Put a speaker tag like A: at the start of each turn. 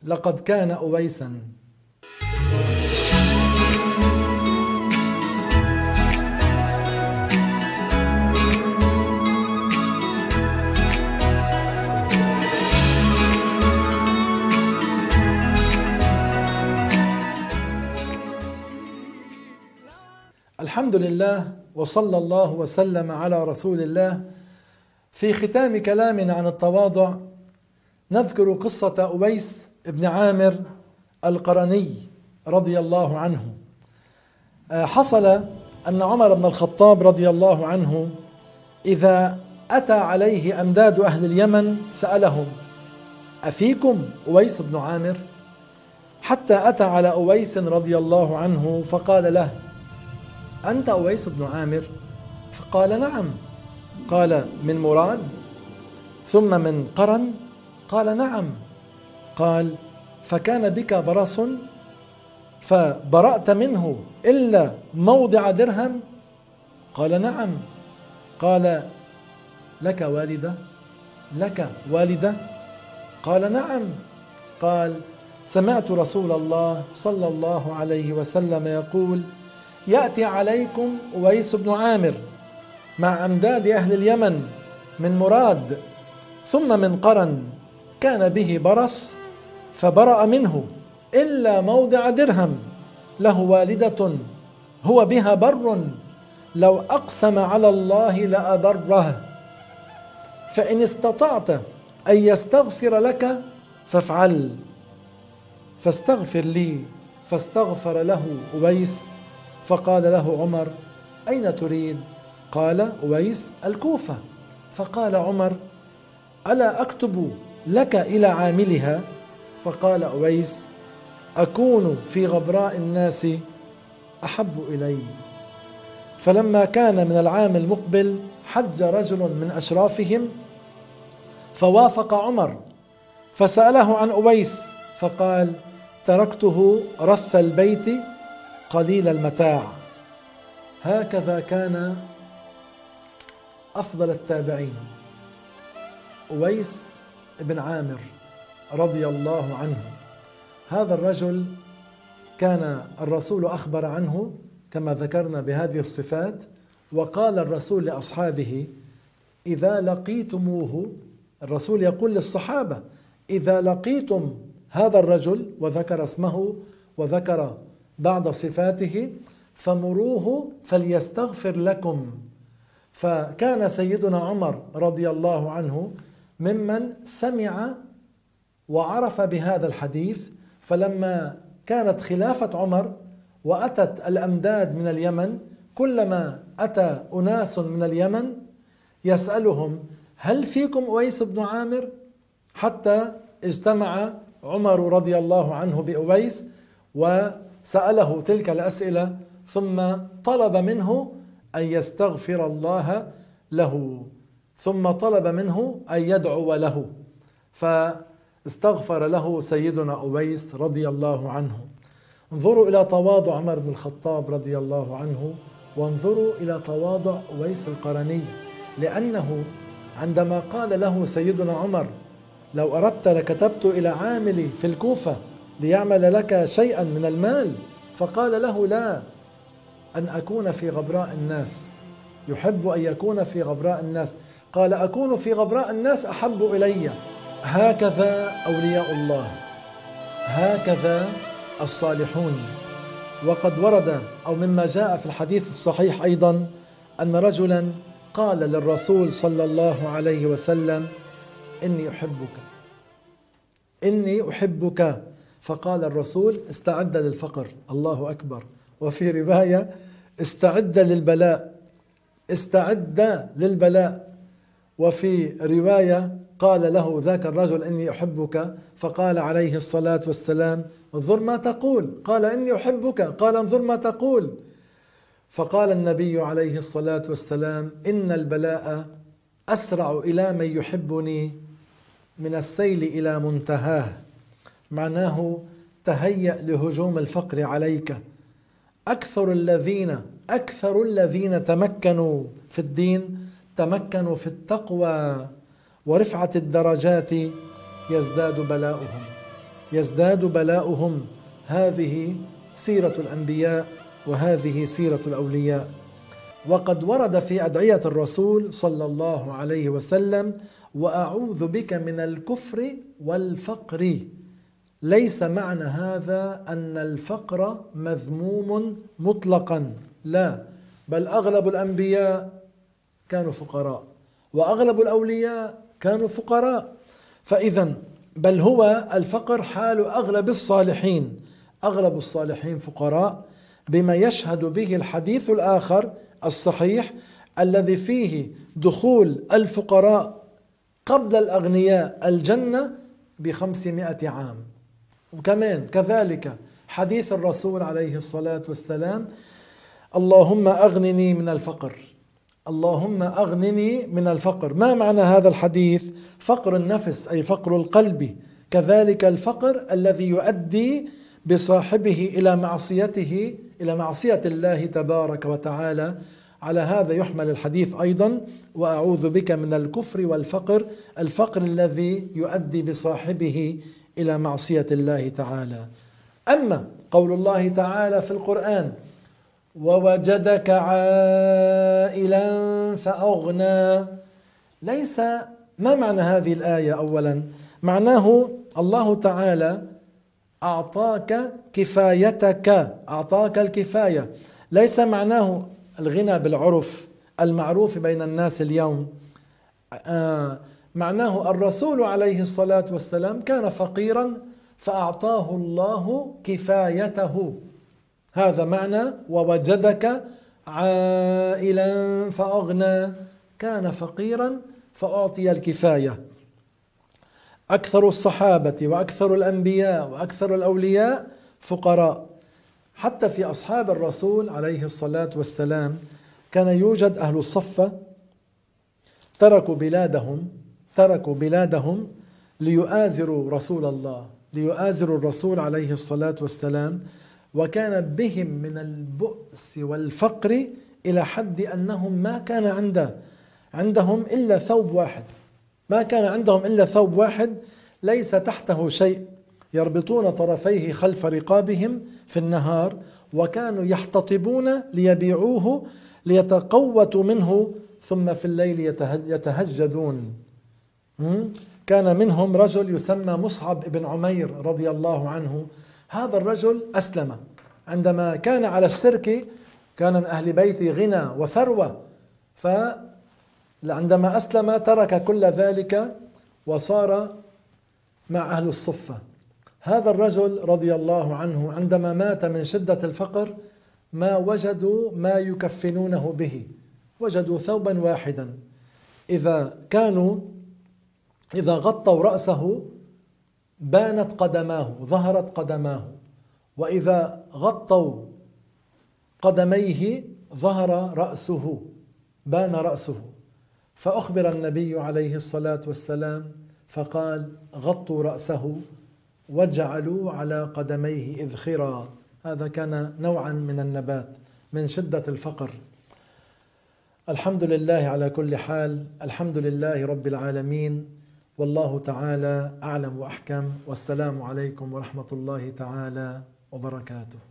A: لقد كان أويسا. الحمد لله وصلى الله وسلم على رسول الله. في ختام كلامنا عن التواضع نذكر قصة أويس بن عامر القرني رضي الله عنه. حصل أن عمر بن الخطاب رضي الله عنه إذا أتى عليه أمداد أهل اليمن سألهم: أفيكم أويس بن عامر؟ حتى أتى على أويس رضي الله عنه فقال له: أنت أويس بن عامر؟ فقال: نعم. قال: من مراد ثم من قرن؟ قال: نعم. قال: فكان بك برص فبرأت منه إلا موضع درهم؟ قال: نعم. قال: لك والدة؟ لك والدة؟ قال: نعم. قال: سمعت رسول الله صلى الله عليه وسلم يقول: يأتي عليكم أويس بن عامر مع أمداد أهل اليمن من مراد ثم من قرن، كان به برص فبرأ منه إلا موضع درهم، له والدة هو بها بر، لو أقسم على الله لأبره، فإن استطعت أن يستغفر لك فافعل، فاستغفر لي. فاستغفر له أويس. فقال له عمر: أين تريد؟ قال أويس: الكوفة. فقال عمر: ألا أكتب لك إلى عاملها؟ فقال أويس: أكون في غبراء الناس أحب إلي. فلما كان من العام المقبل حج رجل من أشرافهم فوافق عمر فسأله عن أويس فقال: تركته رث البيت قليل المتاع. هكذا كان أفضل التابعين أويس بن عامر رضي الله عنه. هذا الرجل كان الرسول أخبر عنه كما ذكرنا بهذه الصفات، وقال الرسول لأصحابه: إذا لقيتموه، الرسول يقول للصحابة: إذا لقيتم هذا الرجل، وذكر اسمه وذكر بعض صفاته، فمروه فليستغفر لكم. فكان سيدنا عمر رضي الله عنه ممن سمع وعرف بهذا الحديث، فلما كانت خلافة عمر وأتت الأمداد من اليمن، كلما أتى أناس من اليمن يسألهم: هل فيكم أويس بن عامر؟ حتى اجتمع عمر رضي الله عنه بأويس وسأله تلك الأسئلة، ثم طلب منه أن يستغفر الله له، ثم طلب منه أن يدعو له، فاستغفر له سيدنا أويس رضي الله عنه. انظروا إلى تواضع عمر بن الخطاب رضي الله عنه، وانظروا إلى تواضع أويس القرني، لأنه عندما قال له سيدنا عمر: لو أردت لكتبت إلى عاملي في الكوفة ليعمل لك شيئا من المال، فقال له: لا، أن أكون في غبراء الناس. يحب أن يكون في غبراء الناس. قال: أكون في غبراء الناس أحب إلي. هكذا أولياء الله، هكذا الصالحون. وقد ورد أو مما جاء في الحديث الصحيح أيضا أن رجلا قال للرسول صلى الله عليه وسلم: إني أحبك، إني أحبك. فقال الرسول: استعد للفقر. الله أكبر. وفي رواية: استعد للبلاء، استعد للبلاء. وفي رواية قال له ذاك الرجل: إني أحبك. فقال عليه الصلاة والسلام: انظر ما تقول. قال: إني أحبك. قال: انظر ما تقول. فقال النبي عليه الصلاة والسلام: إن البلاء أسرع إلى من يحبني من السيل إلى منتهاه. معناه تهيأ لهجوم الفقر عليك. أكثر الذين تمكنوا في الدين تمكنوا في التقوى ورفعة الدرجات، يزداد بلاؤهم. يزداد بلاؤهم. هذه سيرة الأنبياء وهذه سيرة الأولياء. وقد ورد في أدعية الرسول صلى الله عليه وسلم: وأعوذ بك من الكفر والفقر. ليس معنى هذا أن الفقر مذموم مطلقا، لا، بل أغلب الأنبياء كانوا فقراء وأغلب الأولياء كانوا فقراء. فإذا بل هو الفقر حال أغلب الصالحين، أغلب الصالحين فقراء، بما يشهد به الحديث الآخر الصحيح الذي فيه دخول الفقراء قبل الأغنياء الجنة ب500 عام. وكمان كذلك حديث الرسول عليه الصلاة والسلام: اللهم أغنني من الفقر، اللهم أغنني من الفقر. ما معنى هذا الحديث؟ فقر النفس أي فقر القلب، كذلك الفقر الذي يؤدي بصاحبه إلى معصيته، إلى معصية الله تبارك وتعالى. على هذا يحمل الحديث أيضا: وأعوذ بك من الكفر والفقر، الفقر الذي يؤدي بصاحبه إلى معصية الله تعالى. أما قول الله تعالى في القرآن: ووجدك عائلا فأغنى، ليس، ما معنى هذه الآية؟ أولا معناه الله تعالى أعطاك كفايتك، أعطاك الكفاية، ليس معناه الغنى بالعرف المعروف بين الناس اليوم. معناه الرسول عليه الصلاة والسلام كان فقيرا فأعطاه الله كفايته، هذا معنى ووجدك عائلا فأغنى، كان فقيرا فأعطي الكفاية. أكثر الصحابة وأكثر الأنبياء وأكثر الأولياء فقراء. حتى في أصحاب الرسول عليه الصلاة والسلام كان يوجد أهل الصفة تركوا بلادهم ليؤازروا رسول الله، ليؤازروا الرسول عليه الصلاة والسلام، وكان بهم من البؤس والفقر إلى حد أنهم ما كان عندهم إلا ثوب واحد، ما كان عندهم إلا ثوب واحد ليس تحته شيء، يربطون طرفيه خلف رقابهم في النهار، وكانوا يحتطبون ليبيعوه ليتقوتوا منه، ثم في الليل يتهجدون. كان منهم رجل يسمى مصعب بن عمير رضي الله عنه. هذا الرجل أسلم عندما كان على الشرك، كان من أهل بيت غنى وثروة، فعندما أسلم ترك كل ذلك وصار مع أهل الصفة. هذا الرجل رضي الله عنه عندما مات من شدة الفقر ما وجدوا ما يكفنونه به، وجدوا ثوبا واحدا، إذا غطوا رأسه بانت قدماه، ظهرت قدماه، وإذا غطوا قدميه ظهر رأسه، بان رأسه. فأخبر النبي عليه الصلاة والسلام فقال: غطوا رأسه واجعلوا على قدميه إذخرا. هذا كان نوعا من النبات من شدة الفقر. الحمد لله على كل حال، الحمد لله رب العالمين، والله تعالى أعلم وأحكم، والسلام عليكم ورحمة الله تعالى وبركاته.